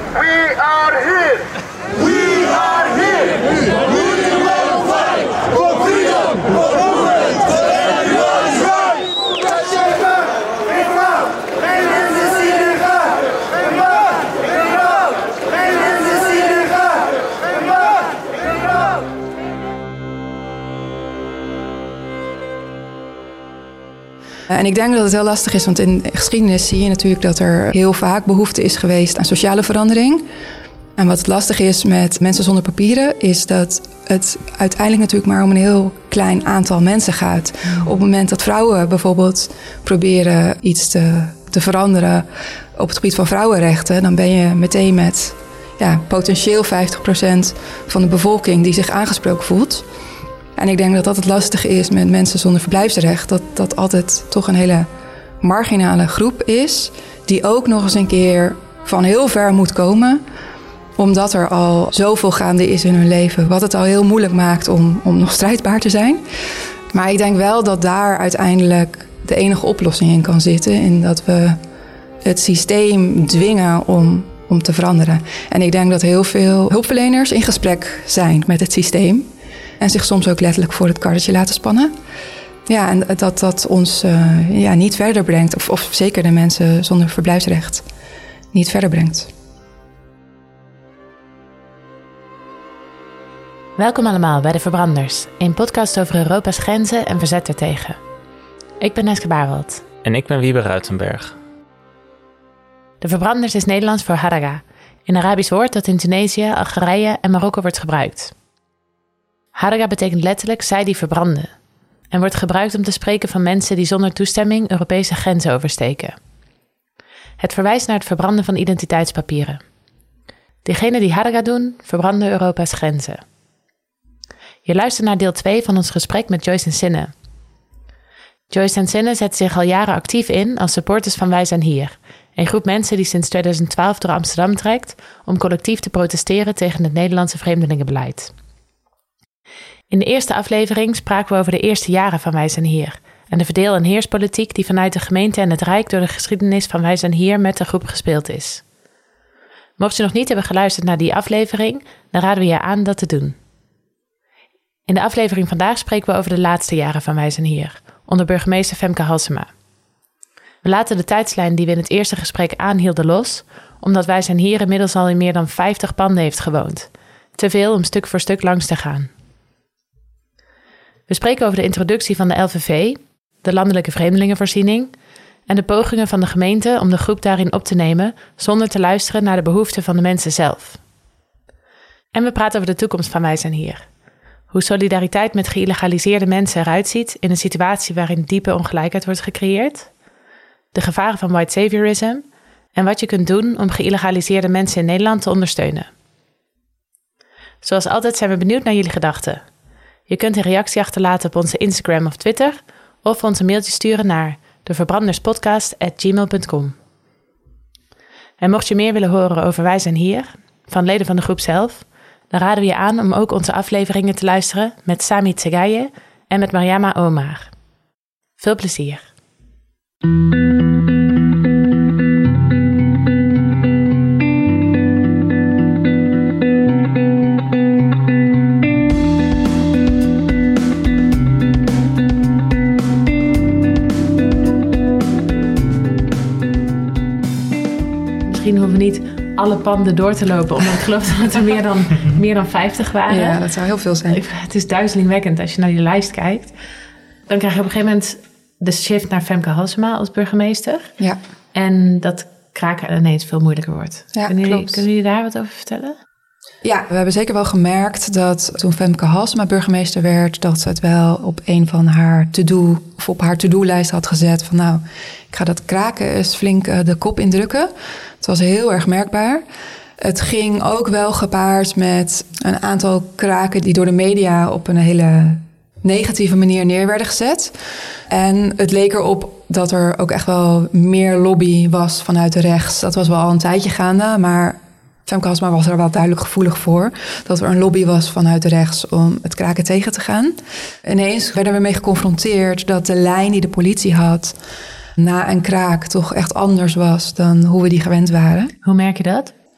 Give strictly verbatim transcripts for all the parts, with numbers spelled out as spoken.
We are here. We are here. We will fight for freedom, for movement, for everyone's right. En ik denk dat het heel lastig is, want in de geschiedenis zie je natuurlijk dat er heel vaak behoefte is geweest aan sociale verandering. En wat lastig is met mensen zonder papieren, is dat het uiteindelijk natuurlijk maar om een heel klein aantal mensen gaat. Op het moment dat vrouwen bijvoorbeeld proberen iets te, te veranderen op het gebied van vrouwenrechten, dan ben je meteen met ja, potentieel vijftig procent van de bevolking die zich aangesproken voelt. En ik denk dat dat het lastige is met mensen zonder verblijfsrecht. Dat dat altijd toch een hele marginale groep is, die ook nog eens een keer van heel ver moet komen, omdat er al zoveel gaande is in hun leven, wat het al heel moeilijk maakt om, om nog strijdbaar te zijn. Maar ik denk wel dat daar uiteindelijk de enige oplossing in kan zitten, in dat we het systeem dwingen om, om te veranderen. En ik denk dat heel veel hulpverleners in gesprek zijn met het systeem en zich soms ook letterlijk voor het karretje laten spannen. Ja, en dat dat ons uh, ja, niet verder brengt, of, of zeker de mensen zonder verblijfsrecht niet verder brengt. Welkom allemaal bij De Verbranders, een podcast over Europa's grenzen en verzet ertegen. Ik ben Neske Barwald. En ik ben Wiebe Ruitenberg. De Verbranders is Nederlands voor haraga, een Arabisch woord dat in Tunesië, Algerije en Marokko wordt gebruikt. Haraga betekent letterlijk zij die verbranden en wordt gebruikt om te spreken van mensen die zonder toestemming Europese grenzen oversteken. Het verwijst naar het verbranden van identiteitspapieren. Diegenen die haraga doen, verbranden Europa's grenzen. Je luistert naar deel twee van ons gesprek met Joyce en Sinne. Joyce en Sinne zetten zich al jaren actief in als supporters van Wij Zijn Hier, een groep mensen die sinds tweeduizend twaalf door Amsterdam trekt om collectief te protesteren tegen het Nederlandse vreemdelingenbeleid. In de eerste aflevering spraken we over de eerste jaren van Wij Zijn Hier en de verdeel- en heerspolitiek die vanuit de gemeente en het Rijk door de geschiedenis van Wij Zijn Hier met de groep gespeeld is. Mocht je nog niet hebben geluisterd naar die aflevering, dan raden we je aan dat te doen. In de aflevering vandaag spreken we over de laatste jaren van Wij Zijn Hier, onder burgemeester Femke Halsema. We laten de tijdslijn die we in het eerste gesprek aanhielden los, omdat Wij Zijn Hier inmiddels al in meer dan vijftig panden heeft gewoond. Te veel om stuk voor stuk langs te gaan. We spreken over de introductie van de L V V, de landelijke vreemdelingenvoorziening, en de pogingen van de gemeente om de groep daarin op te nemen zonder te luisteren naar de behoeften van de mensen zelf. En we praten over de toekomst van Wij Zijn Hier. Hoe solidariteit met geïllegaliseerde mensen eruit ziet in een situatie waarin diepe ongelijkheid wordt gecreëerd, de gevaren van white saviorism en wat je kunt doen om geïllegaliseerde mensen in Nederland te ondersteunen. Zoals altijd zijn we benieuwd naar jullie gedachten. Je kunt een reactie achterlaten op onze Instagram of Twitter of ons een mailtje sturen naar deverbranderspodcast at gmail dot com. En mocht je meer willen horen over Wij Zijn Hier, van leden van de groep zelf, dan raden we je aan om ook onze afleveringen te luisteren met Sami Tsegaye en met Mariama Omar. Veel plezier. Misschien hoeven we niet alle panden door te lopen, omdat ik geloof dat er meer dan, meer dan vijftig waren. Ja, dat zou heel veel zijn. Het is duizelingwekkend als je naar die lijst kijkt. Dan krijg je op een gegeven moment de shift naar Femke Halsema als burgemeester. Ja. En dat kraken ineens veel moeilijker wordt. Ja, kunnen, jullie, klopt. kunnen jullie daar wat over vertellen? Ja, we hebben zeker wel gemerkt dat toen Femke Halsema burgemeester werd, dat ze het wel op een van haar to-do of op haar to-do-lijst had gezet van nou, ik ga dat kraken eens flink uh, de kop indrukken. Het was heel erg merkbaar. Het ging ook wel gepaard met een aantal kraken die door de media op een hele negatieve manier neer werden gezet. En het leek erop dat er ook echt wel meer lobby was vanuit de rechts. Dat was wel al een tijdje gaande, maar Femke Halsema was er wel duidelijk gevoelig voor. Dat er een lobby was vanuit de rechts om het kraken tegen te gaan. Ineens werden we mee geconfronteerd dat de lijn die de politie had na een kraak toch echt anders was dan hoe we die gewend waren. Hoe merk je dat?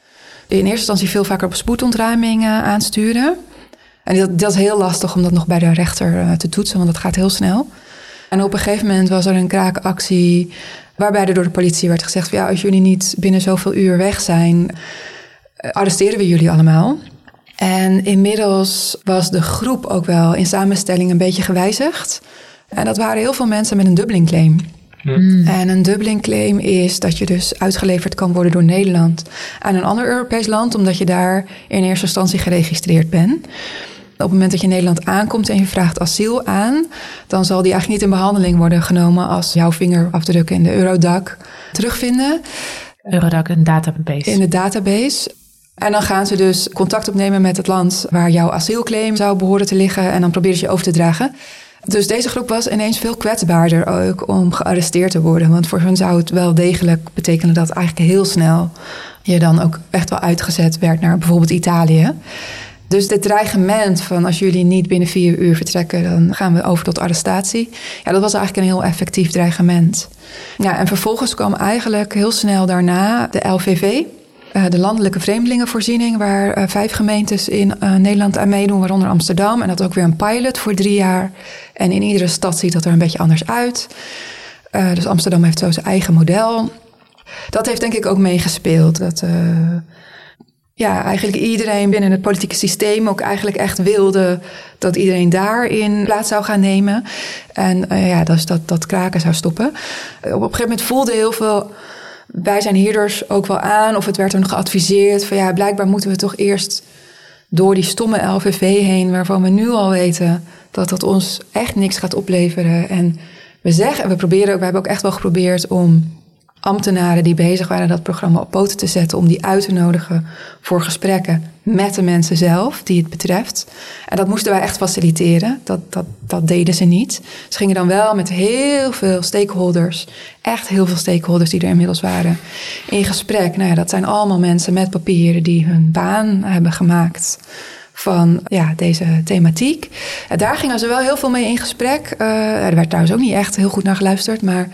in eerste instantie veel vaker op spoedontruiming uh, aansturen. En dat, dat is heel lastig om dat nog bij de rechter uh, te toetsen, want dat gaat heel snel. En op een gegeven moment was er een kraakactie waarbij er door de politie werd gezegd van, ja, als jullie niet binnen zoveel uur weg zijn, arresteren we jullie allemaal. En inmiddels was de groep ook wel in samenstelling een beetje gewijzigd. En dat waren heel veel mensen met een Dublin-claim. Hmm. En een Dublin-claim is dat je dus uitgeleverd kan worden door Nederland aan een ander Europees land, omdat je daar in eerste instantie geregistreerd bent. Op het moment dat je in Nederland aankomt en je vraagt asiel aan, dan zal die eigenlijk niet in behandeling worden genomen als jouw vingerafdrukken in de Eurodac terugvinden. Eurodac, een database. In de database. En dan gaan ze dus contact opnemen met het land waar jouw asielclaim zou behoren te liggen en dan proberen ze je over te dragen. Dus deze groep was ineens veel kwetsbaarder ook om gearresteerd te worden. Want voor hen zou het wel degelijk betekenen dat eigenlijk heel snel je dan ook echt wel uitgezet werd naar bijvoorbeeld Italië. Dus dit dreigement van als jullie niet binnen vier uur vertrekken, dan gaan we over tot arrestatie. Ja, dat was eigenlijk een heel effectief dreigement. Ja, en vervolgens kwam eigenlijk heel snel daarna de L V V, de Landelijke Vreemdelingenvoorziening, waar vijf gemeentes in uh, Nederland aan meedoen, waaronder Amsterdam. En dat ook weer een pilot voor drie jaar. En in iedere stad ziet dat er een beetje anders uit. Uh, dus Amsterdam heeft zo zijn eigen model. Dat heeft denk ik ook meegespeeld. Dat uh, ja, eigenlijk iedereen binnen het politieke systeem ook eigenlijk echt wilde dat iedereen daarin plaats zou gaan nemen. En uh, ja, dus dat, dat kraken zou stoppen. Op een gegeven moment voelde heel veel wij zijn hierders ook wel aan, of het werd er geadviseerd van ja, blijkbaar moeten we toch eerst door die stomme L V V heen, waarvan we nu al weten dat dat ons echt niks gaat opleveren. En we zeggen, we proberen ook, we hebben ook echt wel geprobeerd om ambtenaren die bezig waren dat programma op poten te zetten, om die uit te nodigen voor gesprekken met de mensen zelf die het betreft. En dat moesten wij echt faciliteren. Dat, dat, dat deden ze niet. Ze gingen dan wel met heel veel stakeholders, echt heel veel stakeholders die er inmiddels waren, in gesprek. Nou ja, dat zijn allemaal mensen met papieren die hun baan hebben gemaakt van ja, deze thematiek. En daar gingen ze wel heel veel mee in gesprek. Uh, er werd trouwens ook niet echt heel goed naar geluisterd. Maar,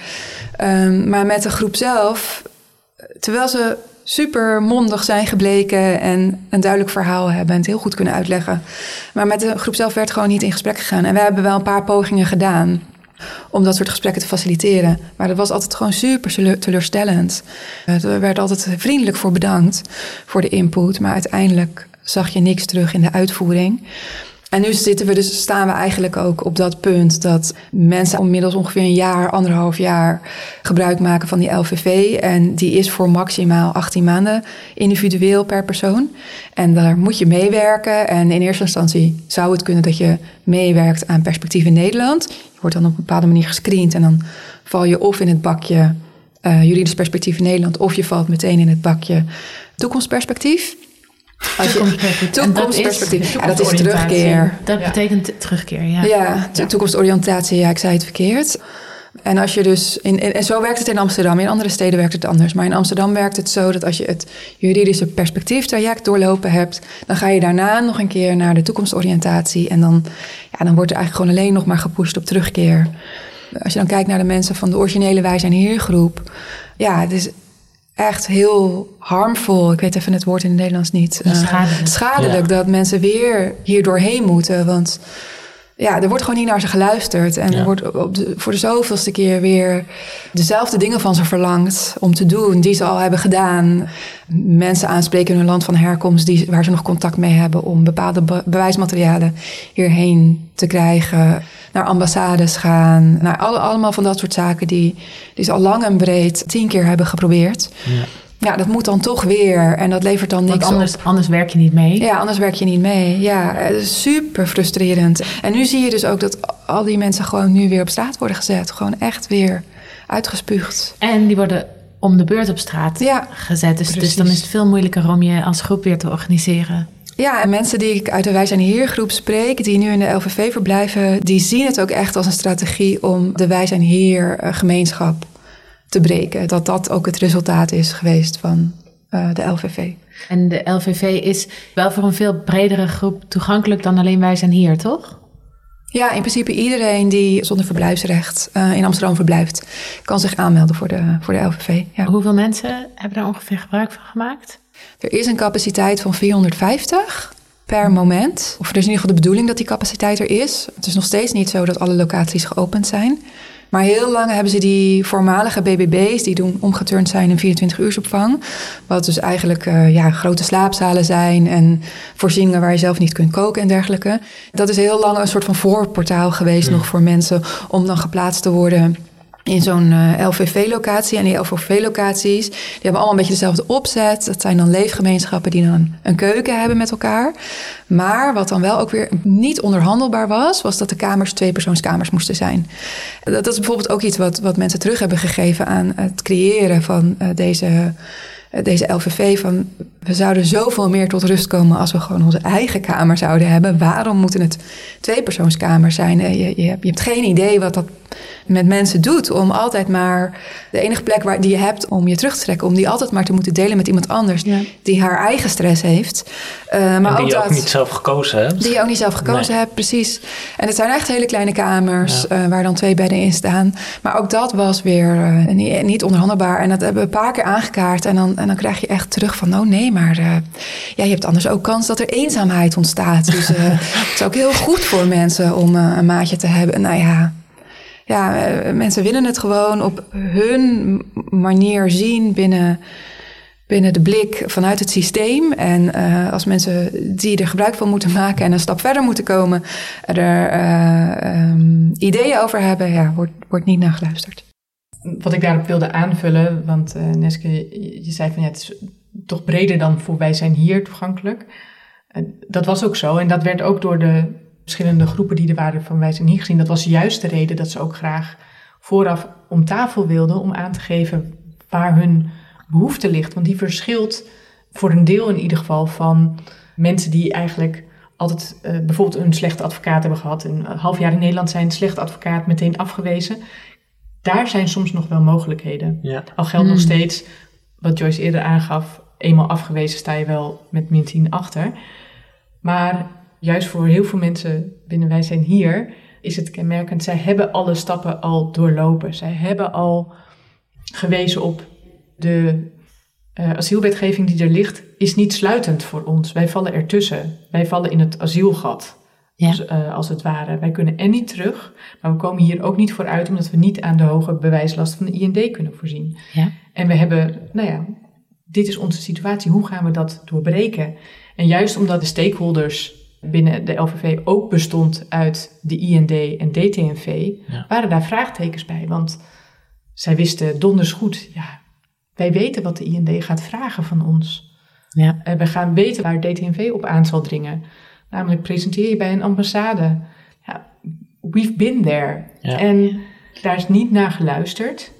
um, maar met de groep zelf, terwijl ze super mondig zijn gebleken en een duidelijk verhaal hebben en het heel goed kunnen uitleggen. Maar met de groep zelf werd gewoon niet in gesprek gegaan. En wij hebben wel een paar pogingen gedaan om dat soort gesprekken te faciliteren. Maar dat was altijd gewoon super teleurstellend. Er werd altijd vriendelijk voor bedankt voor de input, maar uiteindelijk zag je niks terug in de uitvoering. En nu zitten we dus, staan we eigenlijk ook op dat punt dat mensen inmiddels ongeveer een jaar, anderhalf jaar gebruik maken van die L V V. En die is voor maximaal achttien maanden individueel per persoon. En daar moet je meewerken. En in eerste instantie zou het kunnen dat je meewerkt aan Perspectief in Nederland. Je wordt dan op een bepaalde manier gescreend en dan val je of in het bakje uh, Juridisch Perspectief in Nederland, of je valt meteen in het bakje Toekomstperspectief. Als je, toekomstperspectief. Ja, dat is terugkeer. Dat betekent terugkeer, ja. Ja, to- toekomstoriëntatie, ja, ik zei het verkeerd. En als je dus in, en zo werkt het in Amsterdam. In andere steden werkt het anders. Maar in Amsterdam werkt het zo dat als je het juridische perspectieftraject doorlopen hebt, dan ga je daarna nog een keer naar de toekomstoriëntatie. En dan, ja, dan wordt er eigenlijk gewoon alleen nog maar gepusht op terugkeer. Als je dan kijkt naar de mensen van de originele Wij Zijn Hier groep. Ja, het is echt heel harmful. Ik weet even het woord in het Nederlands niet. Uh, schadelijk. Schadelijk ja. Dat mensen weer hier doorheen moeten. Want ja, er wordt gewoon niet naar ze geluisterd. En ja. er wordt op de, voor de zoveelste keer weer dezelfde dingen van ze verlangd om te doen die ze al hebben gedaan. Mensen aanspreken in hun land van herkomst die, waar ze nog contact mee hebben om bepaalde be- bewijsmaterialen hierheen te krijgen. Naar ambassades gaan. Naar alle, allemaal van dat soort zaken die, die ze al lang en breed tien keer hebben geprobeerd. Ja. Ja, dat moet dan toch weer. En dat levert dan niks Want anders, op. anders werk je niet mee. Ja, anders werk je niet mee. Ja, het is super frustrerend. En nu zie je dus ook dat al die mensen gewoon nu weer op straat worden gezet. Gewoon echt weer uitgespuugd. En die worden om de beurt op straat ja, gezet. Dus, dus dan is het veel moeilijker om je als groep weer te organiseren. Ja, en mensen die ik uit de Wij Zijn Hier groep spreek, die nu in de L V V verblijven, die zien het ook echt als een strategie om de Wij Zijn Hier gemeenschap te breken. Dat dat ook het resultaat is geweest van uh, de L V V. En de L V V is wel voor een veel bredere groep toegankelijk dan alleen Wij Zijn Hier, toch? Ja, in principe iedereen die zonder verblijfsrecht uh, in Amsterdam verblijft, kan zich aanmelden voor de, voor de L V V. Ja. Hoeveel mensen hebben daar ongeveer gebruik van gemaakt? Er is een capaciteit van vierhonderdvijftig per moment. Of er is in ieder geval de bedoeling dat die capaciteit er is. Het is nog steeds niet zo dat alle locaties geopend zijn. Maar heel lang hebben ze die voormalige B B B's... die doen omgeturnd zijn in vierentwintig uursopvang. Wat dus eigenlijk uh, ja, grote slaapzalen zijn... en voorzieningen waar je zelf niet kunt koken en dergelijke. Dat is heel lang een soort van voorportaal geweest... Ja. nog voor mensen om dan geplaatst te worden... in zo'n uh, L V V-locatie. En die L V V-locaties, die hebben allemaal een beetje dezelfde opzet. Dat zijn dan leefgemeenschappen die dan een keuken hebben met elkaar. Maar wat dan wel ook weer niet onderhandelbaar was... was dat de kamers tweepersoonskamers moesten zijn. Dat is bijvoorbeeld ook iets wat, wat mensen terug hebben gegeven... aan het creëren van uh, deze... deze L V V van... we zouden zoveel meer tot rust komen... als we gewoon onze eigen kamer zouden hebben. Waarom moeten het tweepersoonskamers zijn? Je, je, je hebt geen idee wat dat met mensen doet... om altijd maar de enige plek waar, die je hebt om je terug te trekken... om die altijd maar te moeten delen met iemand anders... Ja. die haar eigen stress heeft. Uh, maar en die ook je ook dat, niet zelf gekozen hebt. Die je ook niet zelf gekozen nee. hebt, precies. En het zijn echt hele kleine kamers... Ja. Uh, waar dan twee bedden in staan. Maar ook dat was weer uh, niet, niet onderhandelbaar. En dat hebben we een paar keer aangekaart... en dan En dan krijg je echt terug van, oh nee, maar uh, ja, je hebt anders ook kans dat er eenzaamheid ontstaat. Dus uh, het is ook heel goed voor mensen om uh, een maatje te hebben. Nou ja, ja uh, mensen willen het gewoon op hun manier zien binnen, binnen de blik vanuit het systeem. En uh, als mensen die er gebruik van moeten maken en een stap verder moeten komen, er uh, um, ideeën over hebben, ja, wordt, wordt niet naar geluisterd. Wat ik daarop wilde aanvullen, want uh, Neske, je, je zei van ja, het is toch breder dan voor wij zijn hier toegankelijk. Uh, dat was ook zo en dat werd ook door de verschillende groepen die er waren van wij zijn hier gezien. Dat was juist de reden dat ze ook graag vooraf om tafel wilden om aan te geven waar hun behoefte ligt. Want die verschilt voor een deel in ieder geval van mensen die eigenlijk altijd uh, bijvoorbeeld een slechte advocaat hebben gehad. Een half jaar in Nederland zijn, slechte advocaat meteen afgewezen. Daar zijn soms nog wel mogelijkheden. Ja. Al geldt mm. nog steeds, wat Joyce eerder aangaf, eenmaal afgewezen sta je wel met min tien achter. Maar juist voor heel veel mensen binnen Wij Zijn Hier is het kenmerkend. Zij hebben alle stappen al doorlopen. Zij hebben al gewezen op de uh, asielwetgeving die er ligt, is niet sluitend voor ons. Wij vallen ertussen. Wij vallen in het asielgat. Ja. Dus, uh, als het ware. Wij kunnen er niet terug, maar we komen hier ook niet vooruit omdat we niet aan de hoge bewijslast van de I N D kunnen voorzien. Ja. En we hebben, nou ja, dit is onze situatie. Hoe gaan we dat doorbreken? En juist omdat de stakeholders binnen de L V V ook bestond uit de I N D en D T N V, ja. waren daar vraagtekens bij. Want zij wisten donders goed, ja, wij weten wat de I N D gaat vragen van ons. Ja. Uh, we gaan weten waar D T N V op aan zal dringen. Namelijk presenteer je bij een ambassade. Ja, we've been there. Ja. En daar is niet naar geluisterd.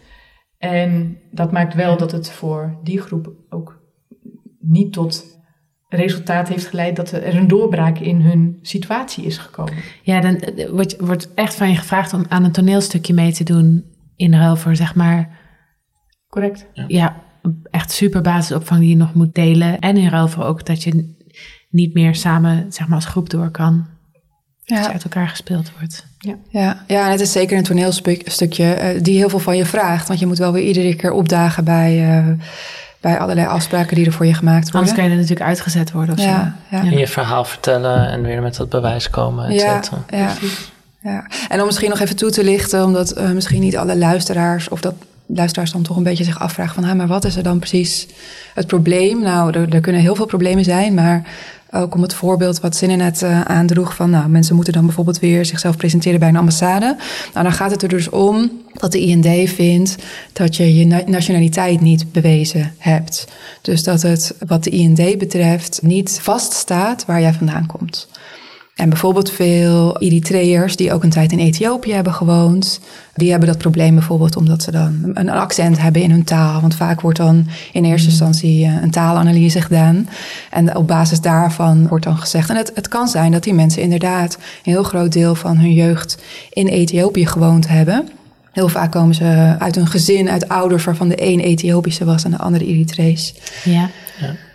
En dat maakt wel dat het voor die groep ook niet tot resultaat heeft geleid dat er een doorbraak in hun situatie is gekomen. Ja, dan wordt, wordt echt van je gevraagd om aan een toneelstukje mee te doen in ruil voor, zeg maar... Correct. Ja, ja echt super basisopvang die je nog moet delen. En in ruil voor ook dat je niet meer samen, zeg maar, als groep door kan. Ja. Dat je uit elkaar gespeeld wordt. Ja, ja, ja, en het is zeker een toneelstukje uh, die heel veel van je vraagt. Want je moet wel weer iedere keer opdagen bij, uh, bij allerlei afspraken die er voor je gemaakt worden. Anders kan je er natuurlijk uitgezet worden of ja, zo. Ja. En je verhaal vertellen en weer met dat bewijs komen, et cetera. Ja, ja, ja. En om misschien nog even toe te lichten, omdat uh, misschien niet alle luisteraars of dat luisteraars dan toch een beetje zich afvragen van, ah, maar wat is er dan precies het probleem? Nou, er, er kunnen heel veel problemen zijn, maar ook om het voorbeeld wat Zinne net uh, aandroeg van, nou, mensen moeten dan bijvoorbeeld weer zichzelf presenteren bij een ambassade. Nou, dan gaat het er dus om dat de I N D vindt dat je je na- nationaliteit niet bewezen hebt. Dus dat het wat de I N D betreft niet vaststaat waar jij vandaan komt. En bijvoorbeeld veel Eritreërs die ook een tijd in Ethiopië hebben gewoond, die hebben dat probleem bijvoorbeeld omdat ze dan een accent hebben in hun taal. Want vaak wordt dan in eerste instantie een taalanalyse gedaan. En op basis daarvan wordt dan gezegd, en het, het kan zijn dat die mensen inderdaad een heel groot deel van hun jeugd in Ethiopië gewoond hebben. Heel vaak komen ze uit een gezin, uit ouders waarvan de een Ethiopische was en de andere Eritrees. Ja. Ja.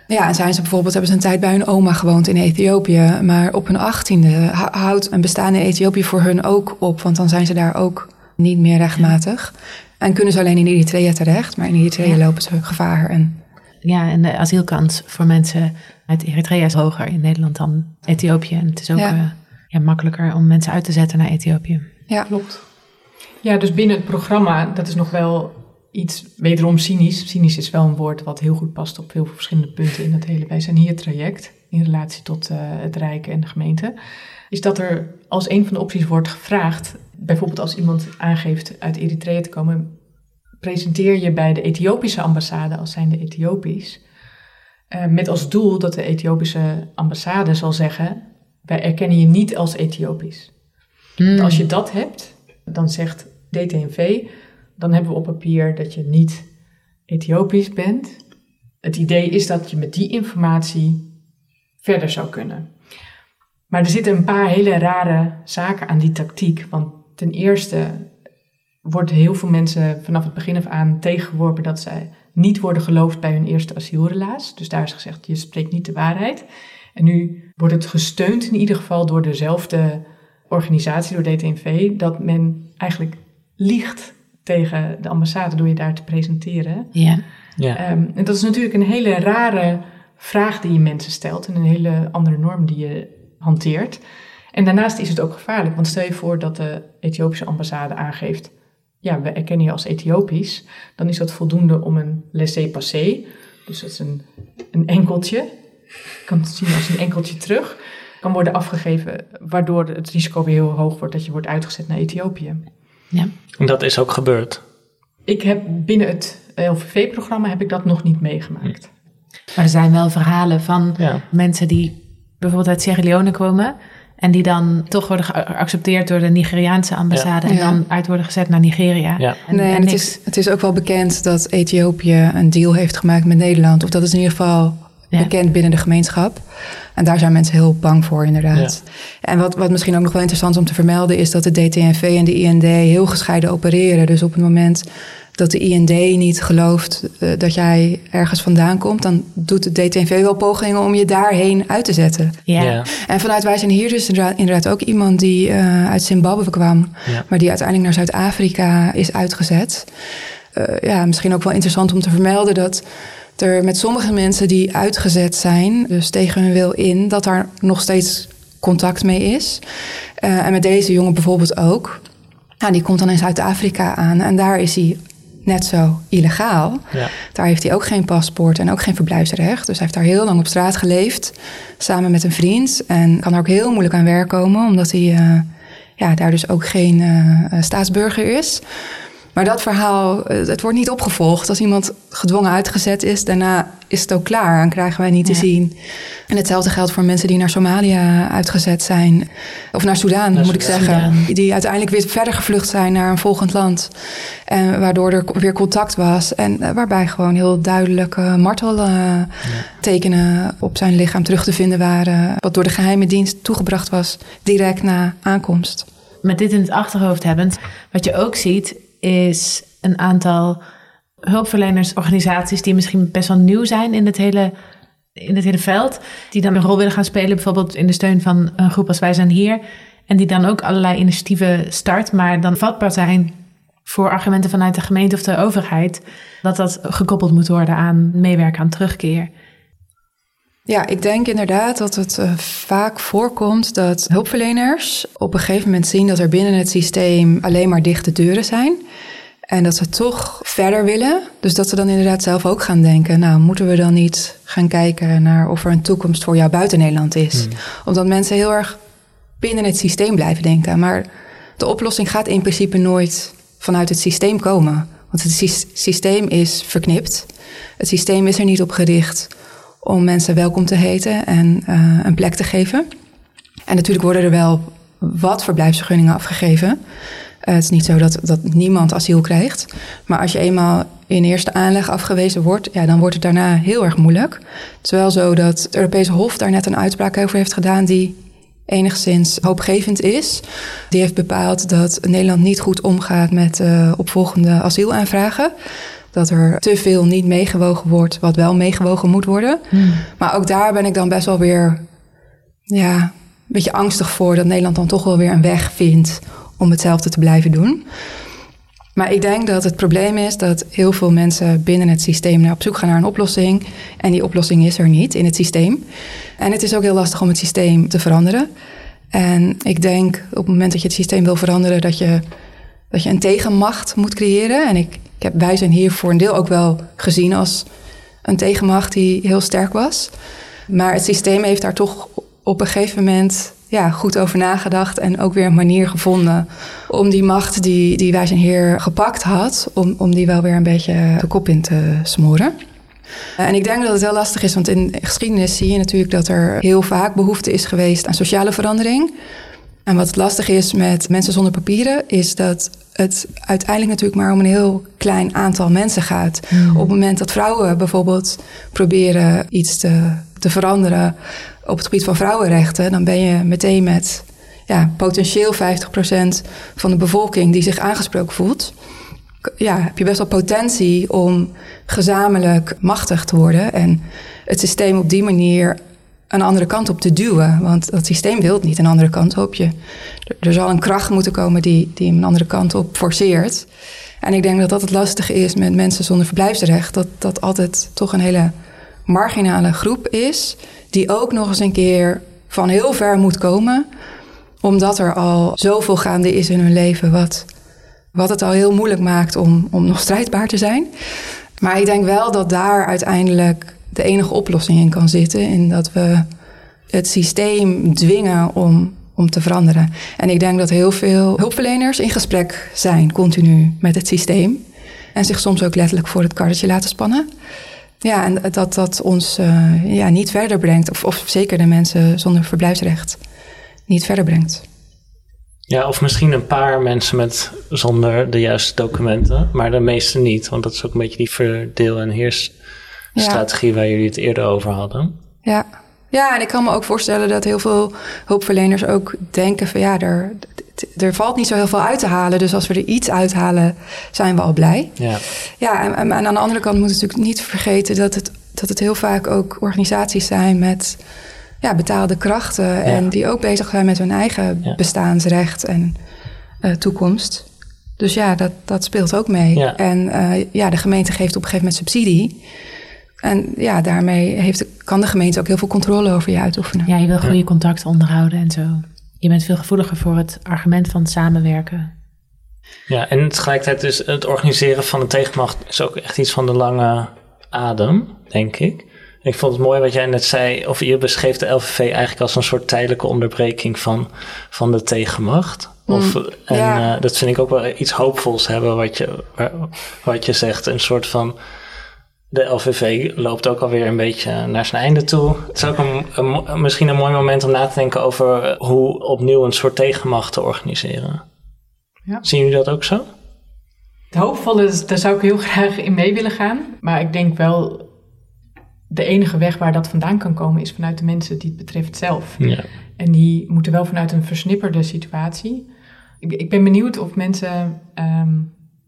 Ja, en zijn ze bijvoorbeeld, hebben ze een tijd bij hun oma gewoond in Ethiopië. Maar op hun achttiende houdt een bestaan in Ethiopië voor hun ook op. Want dan zijn ze daar ook niet meer rechtmatig. Ja. En kunnen ze alleen in Eritrea terecht. Maar in Eritrea ja. lopen ze gevaar. En... Ja, en de asielkans voor mensen uit Eritrea is hoger in Nederland dan Ethiopië. En het is ook ja. Uh, ja, makkelijker om mensen uit te zetten naar Ethiopië. Ja, klopt. Ja, dus binnen het programma, dat is nog wel iets, wederom cynisch. Cynisch is wel een woord wat heel goed past op heel veel verschillende punten in het hele Wij Zijn Hier traject. In relatie tot uh, het Rijk en de gemeente. Is dat er als een van de opties wordt gevraagd, bijvoorbeeld als iemand aangeeft uit Eritrea te komen, presenteer je bij de Ethiopische ambassade als zijnde Ethiopisch. Uh, met als doel dat de Ethiopische ambassade zal zeggen, wij erkennen je niet als Ethiopisch. Mm. Want als je dat hebt, dan zegt D T N V, dan hebben we op papier dat je niet Ethiopisch bent. Het idee is dat je met die informatie verder zou kunnen. Maar er zitten een paar hele rare zaken aan die tactiek. Want ten eerste worden heel veel mensen vanaf het begin af aan tegengeworpen dat zij niet worden geloofd bij hun eerste asielrelaas. Dus daar is gezegd, je spreekt niet de waarheid. En nu wordt het gesteund in ieder geval door dezelfde organisatie, door D T N V, dat men eigenlijk liegt tegen de ambassade door je daar te presenteren. Ja. Ja. Um, en dat is natuurlijk een hele rare vraag die je mensen stelt en een hele andere norm die je hanteert. En daarnaast is het ook gevaarlijk, want stel je voor dat de Ethiopische ambassade aangeeft, ja, we erkennen je als Ethiopisch, dan is dat voldoende om een laissez-passer, dus dat is een, een enkeltje, je kan het zien als een enkeltje terug, kan worden afgegeven, waardoor het risico weer heel hoog wordt dat je wordt uitgezet naar Ethiopië. Ja. En dat is ook gebeurd? Ik heb binnen het L V V-programma heb ik dat nog niet meegemaakt. Maar er zijn wel verhalen van ja. mensen die bijvoorbeeld uit Sierra Leone komen en die dan toch worden geaccepteerd door de Nigeriaanse ambassade ja. en ja. dan uit worden gezet naar Nigeria. Ja. En, nee, en het, is, het is ook wel bekend dat Ethiopië een deal heeft gemaakt met Nederland. Of dat is in ieder geval ja. bekend binnen de gemeenschap. En daar zijn mensen heel bang voor, inderdaad. Ja. En wat, wat misschien ook nog wel interessant om te vermelden is dat de D T N V en de I N D heel gescheiden opereren. Dus op het moment dat de I N D niet gelooft uh, dat jij ergens vandaan komt, dan doet de D T N V wel pogingen om je daarheen uit te zetten. Ja. Ja. En vanuit Wij Zijn Hier dus inderdaad, inderdaad ook iemand die uh, uit Zimbabwe kwam, ja. maar die uiteindelijk naar Zuid-Afrika is uitgezet. Uh, ja, misschien ook wel interessant om te vermelden dat er met sommige mensen die uitgezet zijn, dus tegen hun wil in, dat daar nog steeds contact mee is. Uh, en met deze jongen bijvoorbeeld ook. Nou, die komt dan in Zuid-Afrika aan en daar is hij net zo illegaal. Ja. Daar heeft hij ook geen paspoort en ook geen verblijfsrecht. Dus hij heeft daar heel lang op straat geleefd, samen met een vriend. En kan er ook heel moeilijk aan werk komen, omdat hij uh, ja, daar dus ook geen uh, staatsburger is. Maar dat verhaal, het wordt niet opgevolgd. Als iemand gedwongen uitgezet is, daarna is het ook klaar en krijgen wij niet ja. te zien. En hetzelfde geldt voor mensen die naar Somalia uitgezet zijn. Of naar Soedan, naar moet Sudan. ik zeggen. Sudan. Die uiteindelijk weer verder gevlucht zijn naar een volgend land. En waardoor er weer contact was. En waarbij gewoon heel duidelijk uh, marteltekenen uh, ja. op zijn lichaam terug te vinden waren. Wat door de geheime dienst toegebracht was direct na aankomst. Met dit in het achterhoofd hebbend, wat je ook ziet, is een aantal hulpverlenersorganisaties die misschien best wel nieuw zijn in het hele, in het hele veld. Die dan een rol willen gaan spelen, bijvoorbeeld in de steun van een groep als Wij Zijn Hier. En die dan ook allerlei initiatieven start, maar dan vatbaar zijn voor argumenten vanuit de gemeente of de overheid. Dat dat gekoppeld moet worden aan meewerken aan terugkeer. Ja, ik denk inderdaad dat het uh, vaak voorkomt dat hulpverleners op een gegeven moment zien dat er binnen het systeem alleen maar dichte deuren zijn. En dat ze toch verder willen. Dus dat ze dan inderdaad zelf ook gaan denken, nou, moeten we dan niet gaan kijken naar of er een toekomst voor jou buiten Nederland is? Hmm. Omdat mensen heel erg binnen het systeem blijven denken. Maar de oplossing gaat in principe nooit vanuit het systeem komen. Want het sy- systeem is verknipt. Het systeem is er niet op gericht om mensen welkom te heten en uh, een plek te geven. En natuurlijk worden er wel wat verblijfsvergunningen afgegeven. Uh, het is niet zo dat, dat niemand asiel krijgt. Maar als je eenmaal in eerste aanleg afgewezen wordt, ja, dan wordt het daarna heel erg moeilijk. Het is wel zo dat het Europese Hof daar net een uitspraak over heeft gedaan die enigszins hoopgevend is. Die heeft bepaald dat Nederland niet goed omgaat met uh, opvolgende asielaanvragen. dat er te veel niet meegewogen wordt wat wel meegewogen moet worden. Hmm. Maar ook daar ben ik dan best wel weer ja, een beetje angstig voor dat Nederland dan toch wel weer een weg vindt om hetzelfde te blijven doen. Maar ik denk dat het probleem is dat heel veel mensen binnen het systeem naar op zoek gaan naar een oplossing. En die oplossing is er niet in het systeem. En het is ook heel lastig om het systeem te veranderen. En ik denk op het moment dat je het systeem wil veranderen, dat je, dat je een tegenmacht moet creëren. En ik, ik heb Wij Zijn Hier voor een deel ook wel gezien als een tegenmacht die heel sterk was. Maar het systeem heeft daar toch op een gegeven moment ja, goed over nagedacht en ook weer een manier gevonden om die macht die, die Wij Zijn Hier gepakt had, om, om die wel weer een beetje de kop in te smoren. En ik denk dat het heel lastig is, want in de geschiedenis zie je natuurlijk dat er heel vaak behoefte is geweest aan sociale verandering. En wat lastig is met mensen zonder papieren, is dat het uiteindelijk natuurlijk maar om een heel klein aantal mensen gaat. Mm. Op het moment dat vrouwen bijvoorbeeld proberen iets te, te veranderen op het gebied van vrouwenrechten, dan ben je meteen met ja, potentieel vijftig procent van de bevolking die zich aangesproken voelt. Ja, heb je best wel potentie om gezamenlijk machtig te worden en het systeem op die manier een andere kant op te duwen. Want dat systeem wil het niet een andere kant op. Je, er zal een kracht moeten komen die, die hem een andere kant op forceert. En ik denk dat dat het lastige is met mensen zonder verblijfsrecht. Dat dat altijd toch een hele marginale groep is, die ook nog eens een keer van heel ver moet komen, omdat er al zoveel gaande is in hun leven, wat, wat het al heel moeilijk maakt om, om nog strijdbaar te zijn. Maar ik denk wel dat daar uiteindelijk de enige oplossing in kan zitten, in dat we het systeem dwingen om, om te veranderen. En ik denk dat heel veel hulpverleners in gesprek zijn, continu met het systeem, en zich soms ook letterlijk voor het karretje laten spannen. Ja, en dat dat ons uh, ja, niet verder brengt, of, of zeker de mensen zonder verblijfsrecht niet verder brengt. Ja, of misschien een paar mensen met zonder de juiste documenten, maar de meeste niet. Want dat is ook een beetje die verdeel- en heersstrategie ja. waar jullie het eerder over hadden. Ja. ja, en ik kan me ook voorstellen dat heel veel hulpverleners ook denken van ja, er, er valt niet zo heel veel uit te halen. Dus als we er iets uithalen, zijn we al blij. Ja, ja en, en aan de andere kant moeten we natuurlijk niet vergeten dat het, dat het heel vaak ook organisaties zijn met ja, betaalde krachten. Ja. En die ook bezig zijn met hun eigen ja. bestaansrecht en uh, toekomst. Dus ja, dat, dat speelt ook mee. Ja. En uh, ja, de gemeente geeft op een gegeven moment subsidie. En ja, daarmee heeft, kan de gemeente ook heel veel controle over je uitoefenen. Ja, je wil goede contacten onderhouden en zo. Je bent veel gevoeliger voor het argument van samenwerken. Ja, en tegelijkertijd is het organiseren van de tegenmacht is ook echt iets van de lange adem, denk ik. Ik vond het mooi wat jij net zei, of je beschreef de L V V eigenlijk als een soort tijdelijke onderbreking van, van de tegenmacht. Of, mm, en ja. uh, dat vind ik ook wel iets hoopvols hebben wat je, wat je zegt. Een soort van, de L V V loopt ook alweer een beetje naar zijn einde toe. Het is ook een, een, misschien een mooi moment om na te denken over hoe opnieuw een soort tegenmacht te organiseren. Ja. Zien jullie dat ook zo? Het hoopvolle, daar zou ik heel graag in mee willen gaan. Maar ik denk wel, de enige weg waar dat vandaan kan komen is vanuit de mensen die het betreft zelf. Ja. En die moeten wel vanuit een versnipperde situatie. Ik, ik ben benieuwd of mensen um,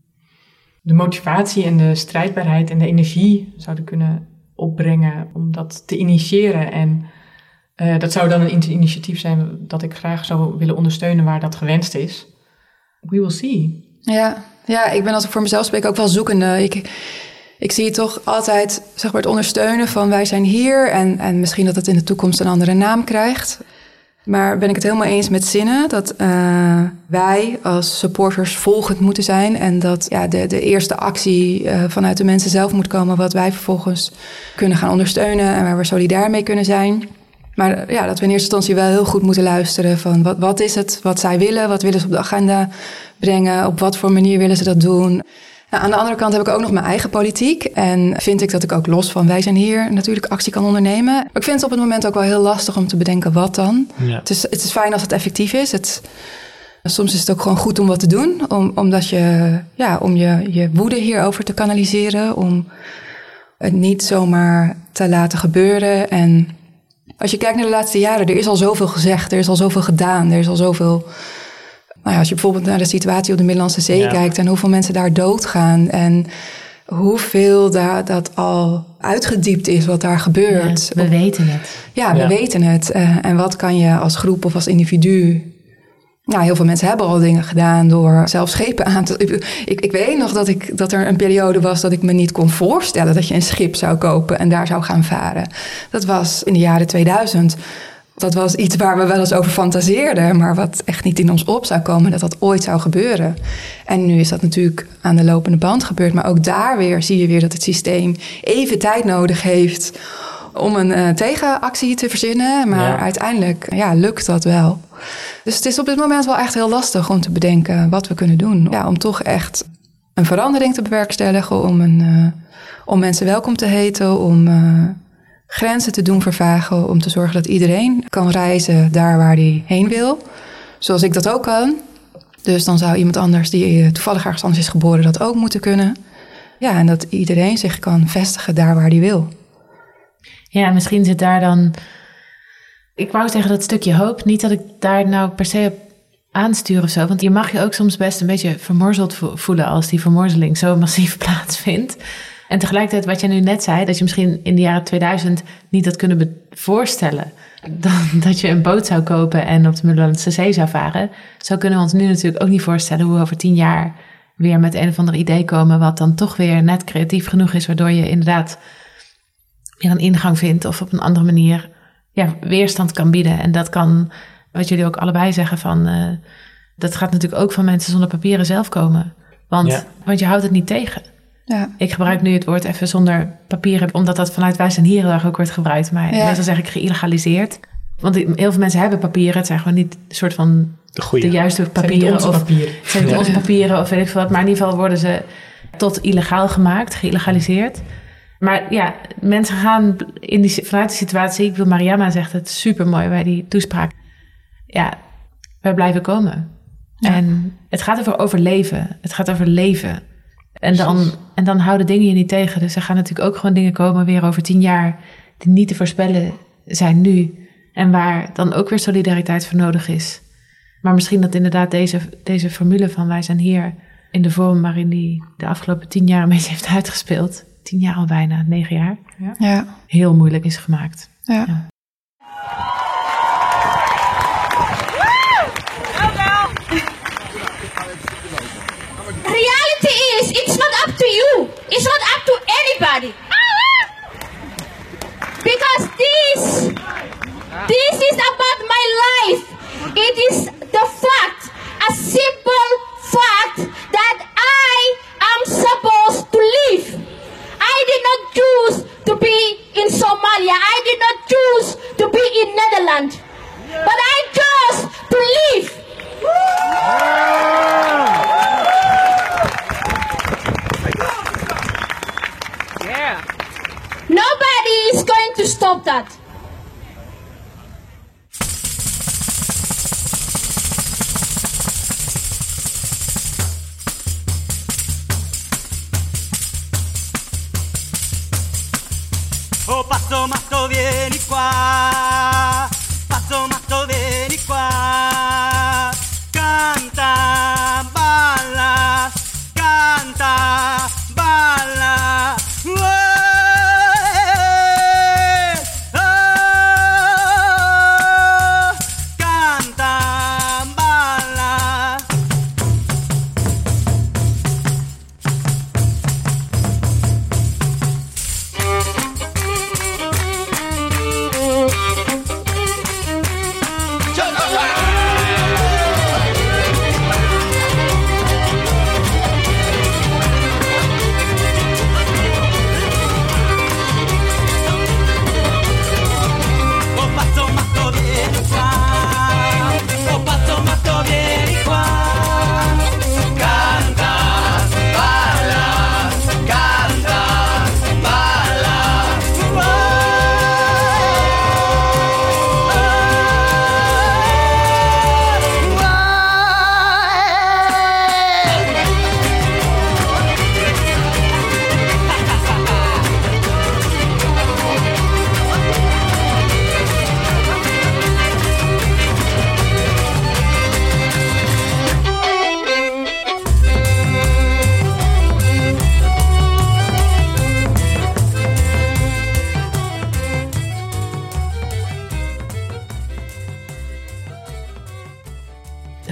de motivatie en de strijdbaarheid en de energie zouden kunnen opbrengen om dat te initiëren. En uh, dat zou dan een initiatief zijn dat ik graag zou willen ondersteunen waar dat gewenst is. We will see. Ja, ja, ik ben als ik voor mezelf spreek ook wel zoekende. Ik, ik zie toch altijd zeg maar, het ondersteunen van Wij Zijn Hier. En, en misschien dat het in de toekomst een andere naam krijgt. Maar ben ik het helemaal eens met Zinne dat uh, wij als supporters volgend moeten zijn. En dat ja, de, de eerste actie uh, vanuit de mensen zelf moet komen, wat wij vervolgens kunnen gaan ondersteunen en waar we solidair mee kunnen zijn. Maar ja, dat we in eerste instantie wel heel goed moeten luisteren van wat, wat is het wat zij willen, wat willen ze op de agenda brengen, op wat voor manier willen ze dat doen. Nou, aan de andere kant heb ik ook nog mijn eigen politiek en vind ik dat ik ook los van Wij Zijn Hier natuurlijk actie kan ondernemen. Maar ik vind het op het moment ook wel heel lastig om te bedenken wat dan. Ja. Het is, het is fijn als het effectief is. Het, soms is het ook gewoon goed om wat te doen, om, omdat je, ja, om je, je woede hierover te kanaliseren, om het niet zomaar te laten gebeuren. En als je kijkt naar de laatste jaren, er is al zoveel gezegd, er is al zoveel gedaan, er is al zoveel. Nou ja, als je bijvoorbeeld naar de situatie op de Middellandse Zee ja. kijkt en hoeveel mensen daar doodgaan en hoeveel daar, dat al uitgediept is, wat daar gebeurt. Ja, we weten het. Ja, we Ja. weten het. Uh, en wat kan je als groep of als individu... Nou, heel veel mensen hebben al dingen gedaan door zelf schepen aan te... Ik, ik weet nog dat, ik, dat er een periode was dat ik me niet kon voorstellen... dat je een schip zou kopen en daar zou gaan varen. Dat was in de jaren tweeduizend. Dat was iets waar we wel eens over fantaseerden... maar wat echt niet in ons op zou komen dat dat ooit zou gebeuren. En nu is dat natuurlijk aan de lopende band gebeurd. Maar ook daar weer zie je weer dat het systeem even tijd nodig heeft... om een uh, tegenactie te verzinnen. Maar Ja. uiteindelijk ja, lukt dat wel. Dus het is op dit moment wel echt heel lastig om te bedenken wat we kunnen doen. Ja, om toch echt een verandering te bewerkstelligen. Om, een, uh, om mensen welkom te heten. Om uh, grenzen te doen vervagen. Om te zorgen dat iedereen kan reizen daar waar hij heen wil. Zoals ik dat ook kan. Dus dan zou iemand anders die toevallig ergens anders is geboren dat ook moeten kunnen. Ja, en dat iedereen zich kan vestigen daar waar hij wil. Ja, misschien zit daar dan... Ik wou zeggen dat stukje hoop. Niet dat ik daar nou per se op aanstuur of zo. Want je mag je ook soms best een beetje vermorzeld voelen... als die vermorzeling zo massief plaatsvindt. En tegelijkertijd wat je nu net zei... dat je misschien in de jaren tweeduizend niet had kunnen be- voorstellen... Dan, dat je een boot zou kopen en op de Middellandse Zee zou varen. Zo kunnen we ons nu natuurlijk ook niet voorstellen... hoe we over tien jaar weer met een of ander idee komen... wat dan toch weer net creatief genoeg is... waardoor je inderdaad weer een ingang vindt... of op een andere manier ja, weerstand kan bieden. En dat kan, wat jullie ook allebei zeggen... van uh, dat gaat natuurlijk ook van mensen zonder papieren zelf komen. Want, Ja. want je houdt het niet tegen. Ja. Ik gebruik nu het woord even zonder papieren... omdat dat vanuit Wij Zijn Hier heel erg ook wordt gebruikt. Maar Ja. meestal zeg ik geïllegaliseerd. Want heel veel mensen hebben papieren. Het zijn gewoon niet een soort van De goede. de juiste Het zijn niet papieren. onze of papieren. het zijn niet Ja. onze papieren of weet ik veel wat. Maar in ieder geval worden ze tot illegaal gemaakt, geïllegaliseerd. Maar ja, mensen gaan in die, vanuit die situatie... Ik bedoel, Mariama zegt het super mooi bij die toespraak. Ja, wij blijven komen. Ja. En het gaat over overleven. Het gaat over leven. En dan, en dan houden dingen je niet tegen. Dus er gaan natuurlijk ook gewoon dingen komen weer over tien jaar... die niet te voorspellen zijn nu. En waar dan ook weer solidariteit voor nodig is. Maar misschien dat inderdaad deze, deze formule van Wij Zijn Hier... in de vorm waarin die de afgelopen tien jaar een beetje heeft uitgespeeld... tien jaar al bijna, negen jaar... Ja. heel moeilijk is gemaakt. Ja. Ja. Reality is, it's not up to you. It's not up to anybody. Because this, this is about my life. It is the fact, a simple fact that I am supposed to live. I did not choose to be in Somalia. I did not choose to be in Netherlands. But I chose to live. Nobody is going to stop that. Oh, passo matto vieni qua, passo matto vieni qua, canta, balla, canta, balla, uè, oh, canta, balla.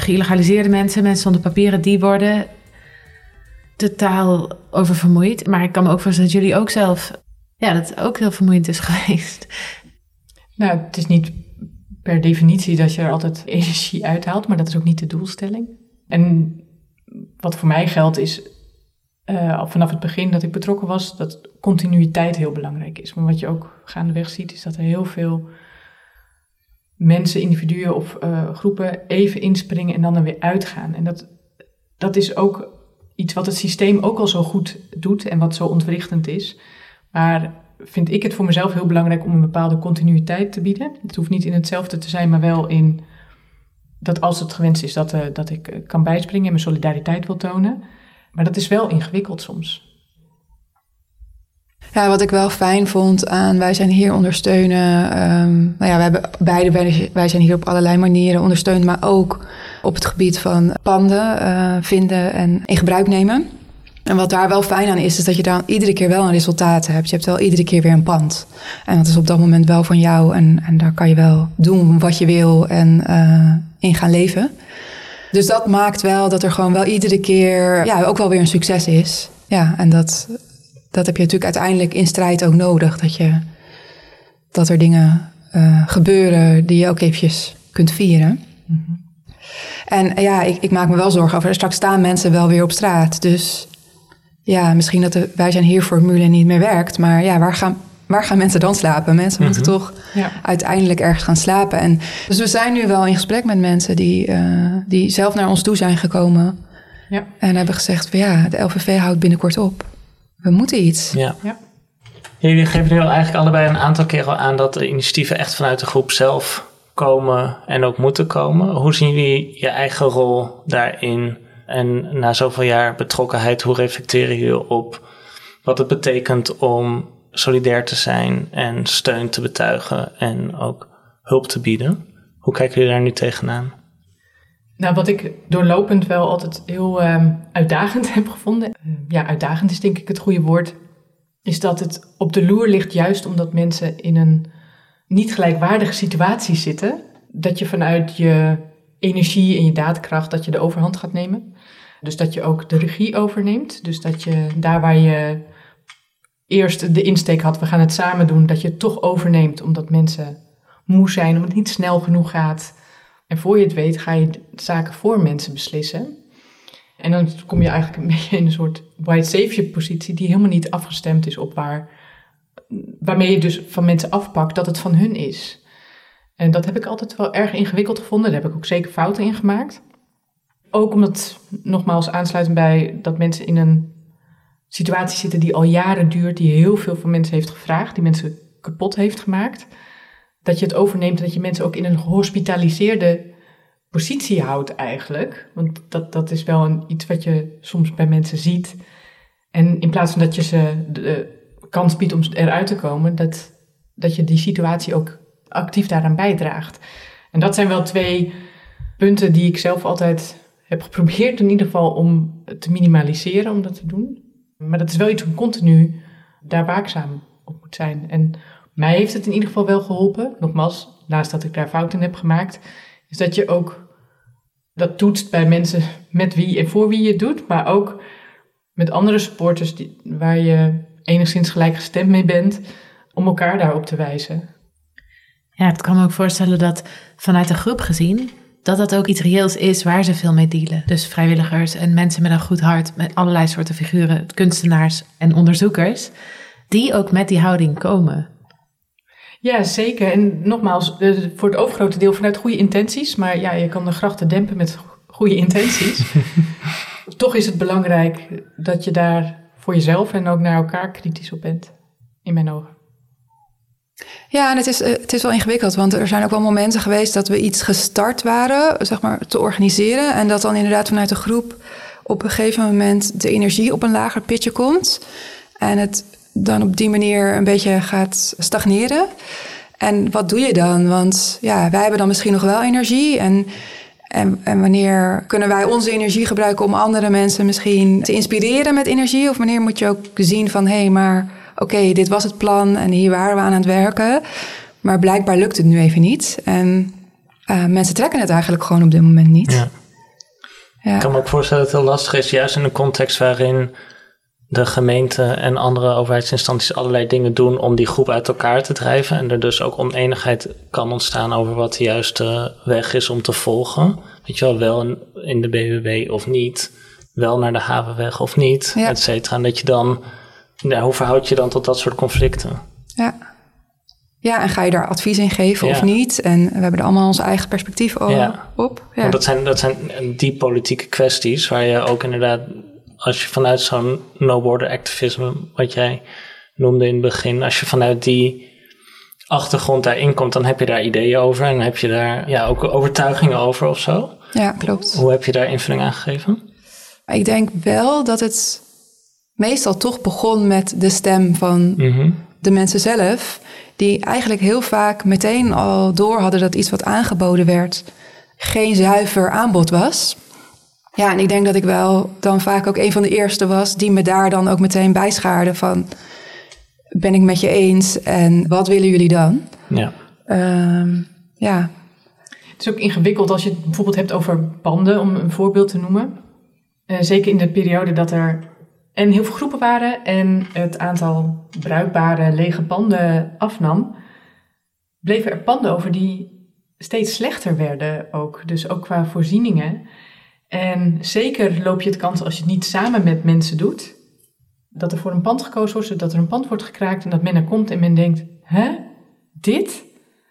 geïllegaliseerde mensen, mensen zonder papieren, die worden totaal oververmoeid. Maar ik kan me ook voorstellen dat jullie ook zelf, ja, dat het ook heel vermoeiend is geweest. Nou, het is niet per definitie dat je er altijd energie uithaalt, maar dat is ook niet de doelstelling. En wat voor mij geldt is, uh, al vanaf het begin dat ik betrokken was, dat continuïteit heel belangrijk is. Maar wat je ook gaandeweg ziet, is dat er heel veel mensen, individuen of uh, groepen even inspringen en dan er weer uitgaan. En dat, dat is ook iets wat het systeem ook al zo goed doet en wat zo ontwrichtend is. Maar vind ik het voor mezelf heel belangrijk om een bepaalde continuïteit te bieden. Het hoeft niet in hetzelfde te zijn, maar wel in dat als het gewenst is dat, uh, dat ik uh, kan bijspringen en mijn solidariteit wil tonen. Maar dat is wel ingewikkeld soms. Ja, wat ik wel fijn vond aan Wij Zijn Hier ondersteunen. Um, nou ja, we hebben beide Wij Zijn Hier op allerlei manieren ondersteund, maar ook op het gebied van panden uh, vinden en in gebruik nemen. En wat daar wel fijn aan is, is dat je dan iedere keer wel een resultaat hebt. Je hebt wel iedere keer weer een pand. En dat is op dat moment wel van jou. En, en daar kan je wel doen wat je wil en uh, in gaan leven. Dus dat maakt wel dat er gewoon wel iedere keer ja, ook wel weer een succes is. Ja, en dat, dat heb je natuurlijk uiteindelijk in strijd ook nodig. Dat, je, dat er dingen uh, gebeuren die je ook eventjes kunt vieren. Mm-hmm. En ja, ik, ik maak me wel zorgen over. Straks staan mensen wel weer op straat. Dus ja, misschien dat de Wij Zijn Hier formule niet meer werkt. Maar ja, waar gaan, waar gaan mensen dan slapen? Mensen mm-hmm. moeten toch ja. uiteindelijk ergens gaan slapen. En dus we zijn nu wel in gesprek met mensen die, uh, die zelf naar ons toe zijn gekomen. Ja. En hebben gezegd van ja, de L V V houdt binnenkort op. We moeten iets. Ja. Ja. Jullie geven nu al eigenlijk allebei een aantal keer al aan dat de initiatieven echt vanuit de groep zelf komen en ook moeten komen. Hoe zien jullie je eigen rol daarin? En na zoveel jaar betrokkenheid, hoe reflecteren jullie op wat het betekent om solidair te zijn en steun te betuigen en ook hulp te bieden? Hoe kijken jullie daar nu tegenaan? Nou, wat ik doorlopend wel altijd heel uh, uitdagend heb gevonden, uh, ja, uitdagend is denk ik het goede woord, is dat het op de loer ligt juist omdat mensen in een niet gelijkwaardige situatie zitten, dat je vanuit je energie en je daadkracht, dat je de overhand gaat nemen. Dus dat je ook de regie overneemt. Dus dat je daar waar je eerst de insteek had, we gaan het samen doen, dat je het toch overneemt omdat mensen moe zijn, omdat het niet snel genoeg gaat. En voor je het weet ga je zaken voor mensen beslissen. En dan kom je eigenlijk een beetje in een soort white savior positie die helemaal niet afgestemd is op waar, waarmee je dus van mensen afpakt dat het van hun is. En dat heb ik altijd wel erg ingewikkeld gevonden. Daar heb ik ook zeker fouten in gemaakt. Ook omdat, nogmaals aansluitend bij dat mensen in een situatie zitten die al jaren duurt, die heel veel van mensen heeft gevraagd, die mensen kapot heeft gemaakt. Dat je het overneemt en dat je mensen ook in een gehospitaliseerde positie houdt eigenlijk. Want dat, dat is wel een, iets wat je soms bij mensen ziet. En in plaats van dat je ze de kans biedt om eruit te komen, dat, dat je die situatie ook actief daaraan bijdraagt. En dat zijn wel twee punten die ik zelf altijd heb geprobeerd in ieder geval om te minimaliseren, om dat te doen. Maar dat is wel iets om continu daar waakzaam op moet zijn. En mij heeft het in ieder geval wel geholpen. Nogmaals, naast dat ik daar fouten in heb gemaakt, is dat je ook dat toetst bij mensen met wie en voor wie je het doet, maar ook met andere supporters die, waar je enigszins gelijkgestemd mee bent, om elkaar daarop te wijzen. Ja, ik kan me ook voorstellen dat vanuit de groep gezien, dat dat ook iets reëels is waar ze veel mee dealen. Dus vrijwilligers en mensen met een goed hart, met allerlei soorten figuren, kunstenaars en onderzoekers, die ook met die houding komen. Ja, zeker. En nogmaals, voor het overgrote deel vanuit goede intenties. Maar ja, je kan de grachten dempen met goede intenties. Toch is het belangrijk dat je daar voor jezelf en ook naar elkaar kritisch op bent. In mijn ogen. Ja, en het is, het is wel ingewikkeld. Want er zijn ook wel momenten geweest dat we iets gestart waren, zeg maar, te organiseren. En dat dan inderdaad vanuit de groep op een gegeven moment de energie op een lager pitje komt. En het dan op die manier een beetje gaat stagneren. En wat doe je dan? Want ja, wij hebben dan misschien nog wel energie. En, en, en wanneer kunnen wij onze energie gebruiken om andere mensen misschien te inspireren met energie? Of wanneer moet je ook zien van, hé, hey, maar oké, okay, dit was het plan en hier waren we aan het werken. Maar blijkbaar lukt het nu even niet. En uh, mensen trekken het eigenlijk gewoon op dit moment niet. Ja. Ja. Ik kan me ook voorstellen dat het heel lastig is, juist in een context waarin de gemeente en andere overheidsinstanties allerlei dingen doen om die groep uit elkaar te drijven. En er dus ook oneenigheid kan ontstaan over wat de juiste weg is om te volgen. Weet je wel, wel in de B B B of niet. Wel naar de havenweg of niet, ja. et cetera. En dat je dan, ja, hoe verhoud je dan tot dat soort conflicten? Ja. Ja, en ga je daar advies in geven ja. of niet? En we hebben er allemaal ons eigen perspectief ja. op. Ja. Want dat zijn, dat zijn die politieke kwesties waar je ook inderdaad, als je vanuit zo'n no-border activisme, wat jij noemde in het begin, als je vanuit die achtergrond daarin komt, dan heb je daar ideeën over en heb je daar ja, ook overtuigingen over of zo. Ja, klopt. Hoe heb je daar invulling aan gegeven? Ik denk wel dat het meestal toch begon met de stem van mm-hmm. de mensen zelf, die eigenlijk heel vaak meteen al door hadden dat iets wat aangeboden werd geen zuiver aanbod was. Ja, en ik denk dat ik wel dan vaak ook een van de eerste was die me daar dan ook meteen bijschaarde van, ben ik met je eens en wat willen jullie dan? Ja. Um, ja. Het is ook ingewikkeld als je het bijvoorbeeld hebt over panden, om een voorbeeld te noemen. Uh, zeker in de periode dat er en heel veel groepen waren en het aantal bruikbare lege panden afnam, bleven er panden over die steeds slechter werden ook. Dus ook qua voorzieningen. En zeker loop je het kans als je het niet samen met mensen doet, dat er voor een pand gekozen wordt, zodat er een pand wordt gekraakt en dat men er komt en men denkt, hè, dit?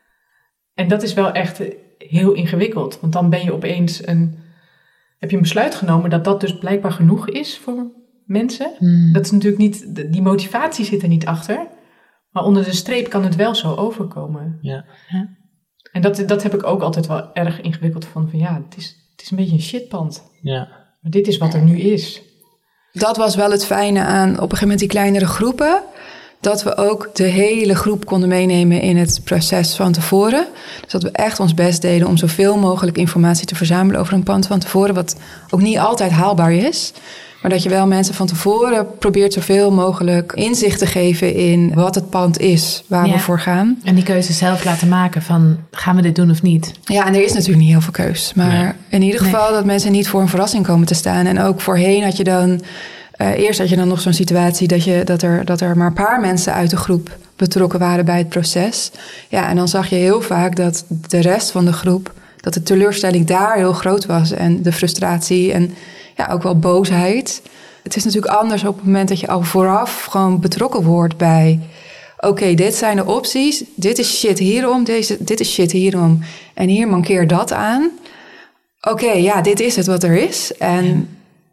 En dat is wel echt heel ingewikkeld, want dan ben je opeens een, heb je een besluit genomen dat dat dus blijkbaar genoeg is voor mensen. Hmm. Dat is natuurlijk niet, die motivatie zit er niet achter, maar onder de streep kan het wel zo overkomen. Ja. Ja. En dat, dat heb ik ook altijd wel erg ingewikkeld van, van ja, het is, het is een beetje een shitpand. Ja. Maar dit is wat er nu is. Dat was wel het fijne aan op een gegeven moment die kleinere groepen. Dat we ook de hele groep konden meenemen in het proces van tevoren. Dus dat we echt ons best deden om zoveel mogelijk informatie te verzamelen over een pand van tevoren. Wat ook niet altijd haalbaar is. Maar dat je wel mensen van tevoren probeert zoveel mogelijk inzicht te geven in wat het pand is waar ja. we voor gaan. En die keuze zelf laten maken van, gaan we dit doen of niet? Ja, en er is natuurlijk niet heel veel keus. Maar nee. in ieder geval nee. dat mensen niet voor een verrassing komen te staan. En ook voorheen had je dan, uh, eerst had je dan nog zo'n situatie dat, je, dat, er, dat er maar een paar mensen uit de groep betrokken waren bij het proces. Ja, en dan zag je heel vaak dat de rest van de groep, dat de teleurstelling daar heel groot was. En de frustratie en ja, ook wel boosheid. Het is natuurlijk anders op het moment dat je al vooraf gewoon betrokken wordt bij, oké, okay, dit zijn de opties, dit is shit hierom, deze, dit is shit hierom en hier mankeert dat aan. Oké, okay, ja, dit is het wat er is. En ja.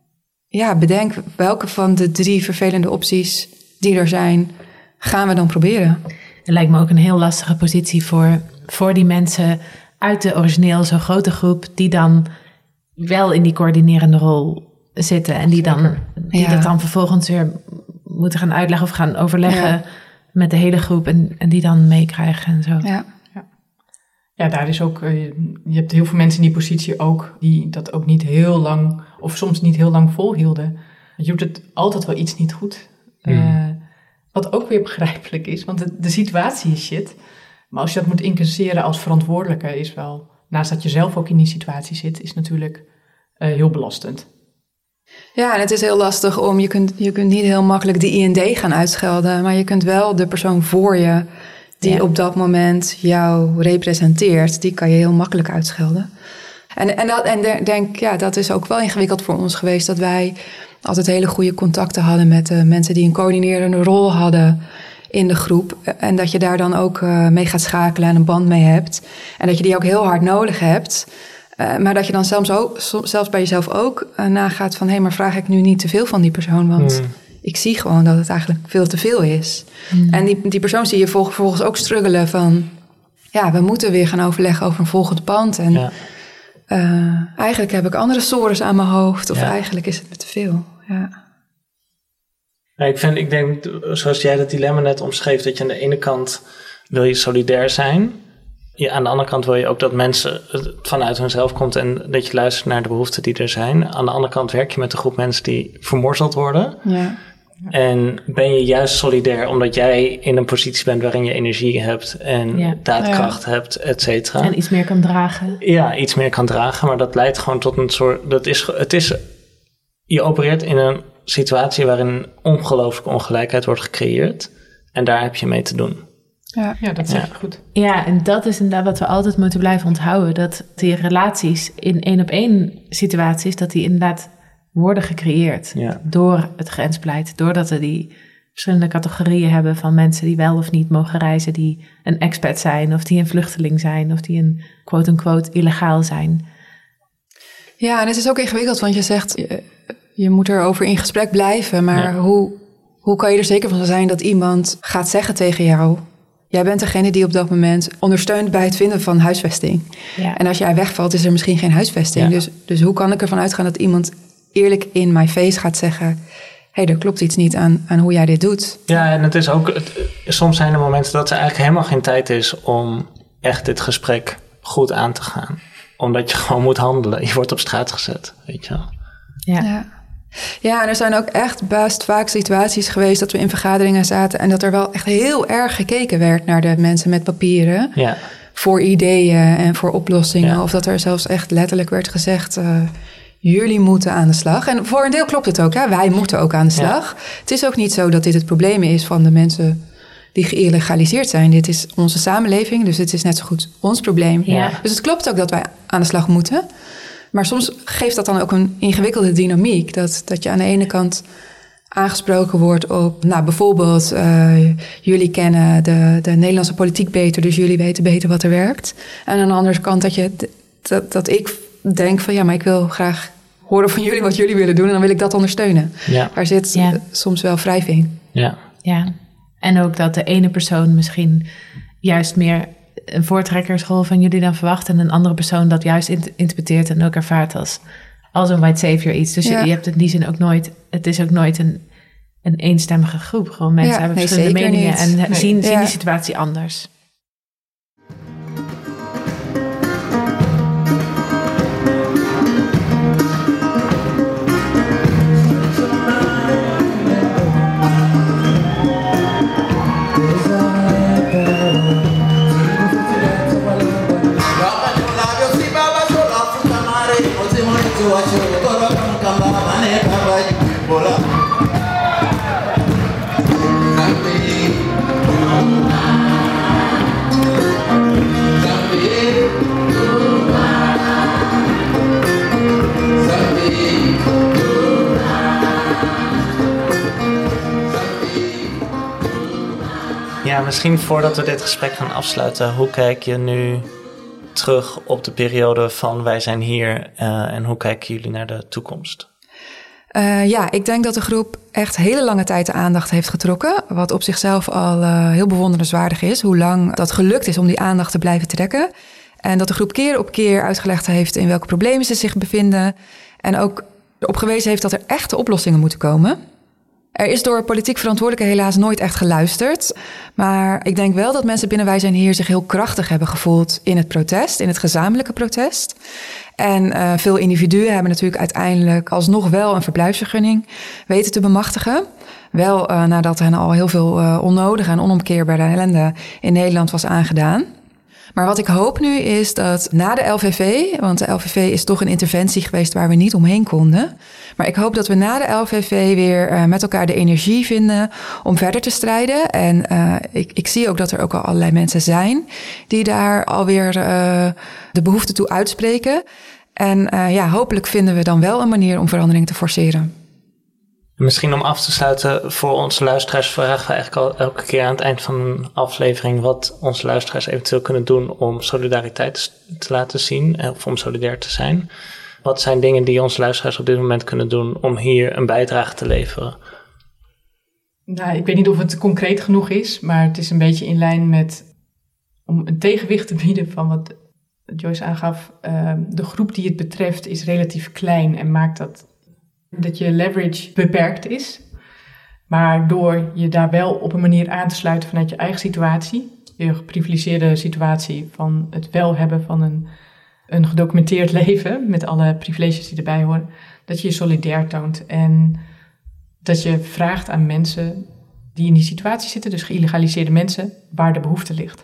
ja, bedenk welke van de drie vervelende opties die er zijn, gaan we dan proberen. Het lijkt me ook een heel lastige positie voor, voor die mensen uit de origineel zo grote groep, die dan wel in die coördinerende rol zitten en die dan die ja. dat dan vervolgens weer moeten gaan uitleggen of gaan overleggen ja. met de hele groep en, en die dan meekrijgen en zo. Ja. Ja. ja, daar is ook, je hebt heel veel mensen in die positie ook die dat ook niet heel lang of soms niet heel lang volhielden. Je doet het altijd wel iets niet goed. Mm. Uh, wat ook weer begrijpelijk is, want de, de situatie is shit. Maar als je dat moet incasseren als verantwoordelijke is wel, naast dat je zelf ook in die situatie zit, is natuurlijk uh, heel belastend. Ja, en het is heel lastig om, je kunt, je kunt niet heel makkelijk de I N D gaan uitschelden, maar je kunt wel de persoon voor je die ja. op dat moment jou representeert, die kan je heel makkelijk uitschelden. En, en, dat, en denk, ja, dat is ook wel ingewikkeld voor ons geweest, dat wij altijd hele goede contacten hadden met de mensen die een coördinerende rol hadden in de groep. En dat je daar dan ook uh, mee gaat schakelen en een band mee hebt. En dat je die ook heel hard nodig hebt. Uh, maar dat je dan zelfs, ook, zelfs bij jezelf ook uh, nagaat van, hé, hey, maar vraag ik nu niet te veel van die persoon? Want mm. ik zie gewoon dat het eigenlijk veel te veel is. Mm. En die, die persoon zie je vervolgens ook struggelen van, ja, we moeten weer gaan overleggen over een volgend pand. En ja. uh, eigenlijk heb ik andere sores aan mijn hoofd. Of ja. eigenlijk is het me te veel. Ja. Ja, ik, vind, ik denk, zoals jij dat dilemma net omschreef, dat je aan de ene kant wil je solidair zijn. Ja, aan de andere kant wil je ook dat mensen vanuit hunzelf komt en dat je luistert naar de behoeften die er zijn. Aan de andere kant werk je met een groep mensen die vermorzeld worden. Ja. Ja. En ben je juist solidair omdat jij in een positie bent waarin je energie hebt en Ja. daadkracht ja. hebt, et cetera. En iets meer kan dragen. Ja, iets meer kan dragen, maar dat leidt gewoon tot een soort... Dat is, het is, je opereert in een situatie waarin ongelooflijke ongelijkheid wordt gecreëerd. En daar heb je mee te doen. Ja, ja dat zeg Ja. je goed. Ja, en dat is inderdaad wat we altijd moeten blijven onthouden. Dat die relaties in één-op-één situaties, dat die inderdaad worden gecreëerd. Ja. Door het grensbeleid. Doordat we die verschillende categorieën hebben van mensen die wel of niet mogen reizen. Die een expat zijn, of die een vluchteling zijn, of die een quote-unquote illegaal zijn. Ja, en het is ook ingewikkeld, want je zegt, je, je moet erover in gesprek blijven. Maar Ja. hoe, hoe kan je er zeker van zijn dat iemand gaat zeggen tegen jou... Jij bent degene die op dat moment ondersteunt bij het vinden van huisvesting. Ja. En als jij wegvalt, is er misschien geen huisvesting. Ja. Dus, dus hoe kan ik ervan uitgaan dat iemand eerlijk in my face gaat zeggen... hé, hey, er klopt iets niet aan, aan hoe jij dit doet. Ja, en het is ook... Het, soms zijn er momenten dat er eigenlijk helemaal geen tijd is om echt dit gesprek goed aan te gaan. Omdat je gewoon moet handelen. Je wordt op straat gezet, weet je wel. Ja. Ja. Ja, en er zijn ook echt best vaak situaties geweest dat we in vergaderingen zaten... en dat er wel echt heel erg gekeken werd naar de mensen met papieren... Ja. voor ideeën en voor oplossingen. Ja. Of dat er zelfs echt letterlijk werd gezegd... Uh, jullie moeten aan de slag. En voor een deel klopt het ook, hè? Wij moeten ook aan de slag. Ja. Het is ook niet zo dat dit het probleem is van de mensen... die geïllegaliseerd zijn. Dit is onze samenleving, dus het is net zo goed ons probleem. Ja. Dus het klopt ook dat wij aan de slag moeten... Maar soms geeft dat dan ook een ingewikkelde dynamiek. Dat, dat je aan de ene kant aangesproken wordt op... nou, bijvoorbeeld, uh, jullie kennen de, de Nederlandse politiek beter... dus jullie weten beter wat er werkt. En aan de andere kant dat, je, dat, dat ik denk van... ja, maar ik wil graag horen van jullie wat jullie willen doen... en dan wil ik dat ondersteunen. Ja. Daar zit Ja. soms wel wrijving. Ja. Ja. En ook dat de ene persoon misschien juist meer... een voortrekkersrol van jullie dan verwacht... en een andere persoon dat juist int- interpreteert... en ook ervaart als, als een white savior iets. Dus Ja. je, je hebt in die zin ook nooit... het is ook nooit een, een eenstemmige groep. Gewoon mensen Ja, hebben nee, verschillende zeker meningen... niet. en Nee. zien, zien Ja. die situatie anders. Ja, misschien voordat we dit gesprek gaan afsluiten... hoe kijk je nu terug op de periode van wij zijn hier... Uh, en hoe kijken jullie naar de toekomst? Uh, ja, ik denk dat de groep echt hele lange tijd de aandacht heeft getrokken. Wat op zichzelf al uh, heel bewonderenswaardig is. Hoe lang dat gelukt is om die aandacht te blijven trekken. En dat de groep keer op keer uitgelegd heeft in welke problemen ze zich bevinden. En ook erop gewezen heeft dat er echte oplossingen moeten komen. Er is door politiek verantwoordelijken helaas nooit echt geluisterd. Maar ik denk wel dat mensen binnen Wij Zijn Hier zich heel krachtig hebben gevoeld in het protest, in het gezamenlijke protest. En uh, veel individuen hebben natuurlijk uiteindelijk alsnog wel een verblijfsvergunning weten te bemachtigen. Wel uh, nadat hen al heel veel uh, onnodige en onomkeerbare ellende in Nederland was aangedaan. Maar wat ik hoop nu is dat na de L V V... want de L V V is toch een interventie geweest waar we niet omheen konden. Maar ik hoop dat we na de L V V weer uh, met elkaar de energie vinden om verder te strijden. En uh, ik, ik zie ook dat er ook al allerlei mensen zijn die daar alweer uh, de behoefte toe uitspreken. En uh, ja, hopelijk vinden we dan wel een manier om verandering te forceren. Misschien om af te sluiten, voor onze luisteraars vragen we eigenlijk al elke keer aan het eind van een aflevering wat onze luisteraars eventueel kunnen doen om solidariteit te laten zien of om solidair te zijn. Wat zijn dingen die onze luisteraars op dit moment kunnen doen om hier een bijdrage te leveren? Nou, ik weet niet of het concreet genoeg is, maar het is een beetje in lijn met om een tegenwicht te bieden van wat Joyce aangaf. Uh, de groep die het betreft is relatief klein en maakt dat dat je leverage beperkt is. Maar door je daar wel op een manier aan te sluiten vanuit je eigen situatie, je geprivilegeerde situatie van het wel hebben van een, een gedocumenteerd leven met alle privileges die erbij horen, dat je je solidair toont. En dat je vraagt aan mensen die in die situatie zitten, dus geïllegaliseerde mensen, waar de behoefte ligt.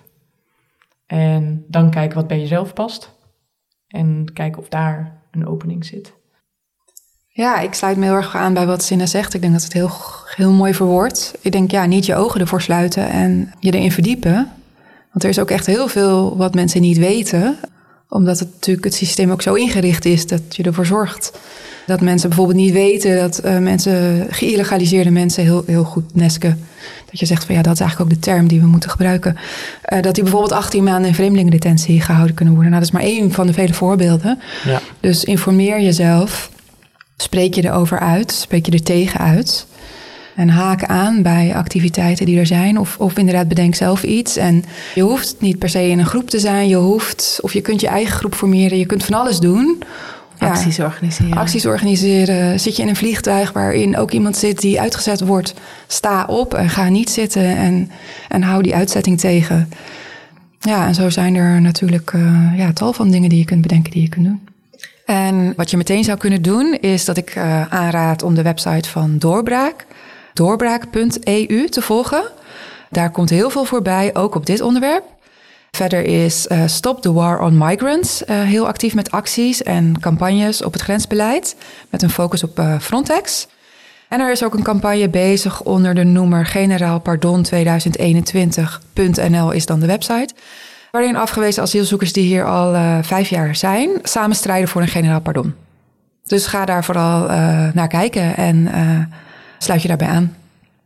En dan kijken wat bij jezelf past. En kijken of daar een opening zit. Ja, ik sluit me heel erg aan bij wat Zinne zegt. Ik denk dat het heel, heel mooi verwoordt. Ik denk, ja, niet je ogen ervoor sluiten en je erin verdiepen. Want er is ook echt heel veel wat mensen niet weten. Omdat het natuurlijk het systeem ook zo ingericht is dat je ervoor zorgt dat mensen bijvoorbeeld niet weten dat uh, mensen, geïllegaliseerde mensen heel, heel goed nesken. Dat je zegt van ja, dat is eigenlijk ook de term die we moeten gebruiken. Uh, dat die bijvoorbeeld achttien maanden in vreemdelingendetentie gehouden kunnen worden. Nou, dat is maar één van de vele voorbeelden. Ja. Dus informeer jezelf. Spreek je erover uit. Spreek je er tegen uit. En haak aan bij activiteiten die er zijn. Of, of inderdaad bedenk zelf iets. En je hoeft niet per se in een groep te zijn. Je hoeft, of je kunt je eigen groep formeren. Je kunt van alles doen. Ja, acties organiseren. Acties organiseren. Zit je in een vliegtuig waarin ook iemand zit die uitgezet wordt. Sta op en ga niet zitten. En, en hou die uitzetting tegen. Ja, en zo zijn er natuurlijk uh, ja, tal van dingen die je kunt bedenken die je kunt doen. En wat je meteen zou kunnen doen is dat ik uh, aanraad om de website van Doorbraak. doorbraak punt e u te volgen. Daar komt heel veel voorbij, ook op dit onderwerp. Verder is uh, Stop the War on Migrants uh, heel actief met acties en campagnes op het grensbeleid. Met een focus op uh, Frontex. En er is ook een campagne bezig onder de noemer Generaal Pardon tweeduizend eenentwintig punt n l is dan de website. Waarin afgewezen asielzoekers die hier al uh, vijf jaar zijn, samen strijden voor een generaal pardon. Dus ga daar vooral uh, naar kijken en uh, sluit je daarbij aan.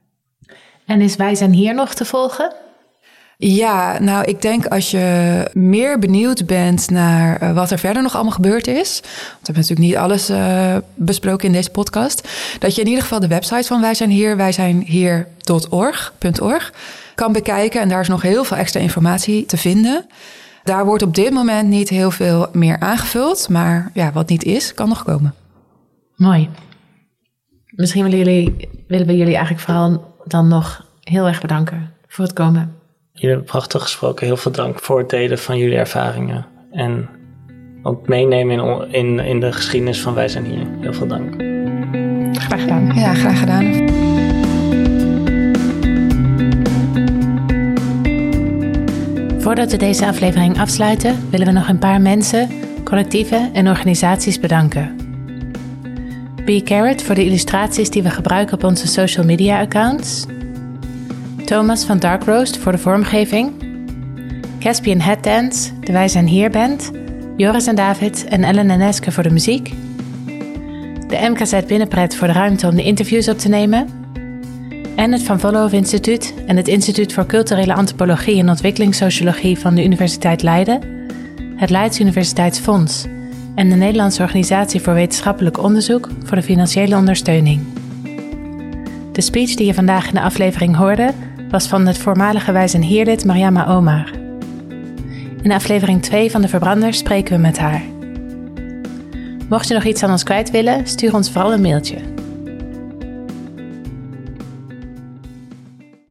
En is Wij Zijn Hier nog te volgen? Ja, nou ik denk als je meer benieuwd bent naar uh, wat er verder nog allemaal gebeurd is. Want we hebben natuurlijk niet alles uh, besproken in deze podcast. Dat je in ieder geval de website van Wij Zijn Hier, wij zijn hier punt org, kan bekijken. En daar is nog heel veel extra informatie te vinden. Daar wordt op dit moment niet heel veel meer aangevuld. Maar ja, wat niet is, kan nog komen. Mooi. Misschien willen, jullie, willen we jullie eigenlijk vooral dan nog heel erg bedanken voor het komen. Jullie hebben prachtig gesproken. Heel veel dank voor het delen van jullie ervaringen. En ook meenemen in, in, in de geschiedenis van Wij Zijn Hier. Heel veel dank. Graag gedaan. Ja, graag gedaan. Voordat we deze aflevering afsluiten, willen we nog een paar mensen, collectieven en organisaties bedanken. Be Carrot voor de illustraties die we gebruiken op onze social media accounts. Thomas van Dark Roast voor de vormgeving. Caspian Headdance, de Wij Zijn Hier band. Joris en David en Ellen en Neske voor de muziek. De M K Z Binnenpret voor de ruimte om de interviews op te nemen. En het Van Vollenhoven Instituut en het Instituut voor Culturele Antropologie en Ontwikkelingssociologie van de Universiteit Leiden. Het Leids Universiteitsfonds en de Nederlandse Organisatie voor Wetenschappelijk Onderzoek voor de financiële ondersteuning. De speech die je vandaag in de aflevering hoorde was van het voormalige Wij Zijn Hier-lid Mariama Omar. In aflevering twee van De Verbranders spreken we met haar. Mocht je nog iets aan ons kwijt willen, stuur ons vooral een mailtje.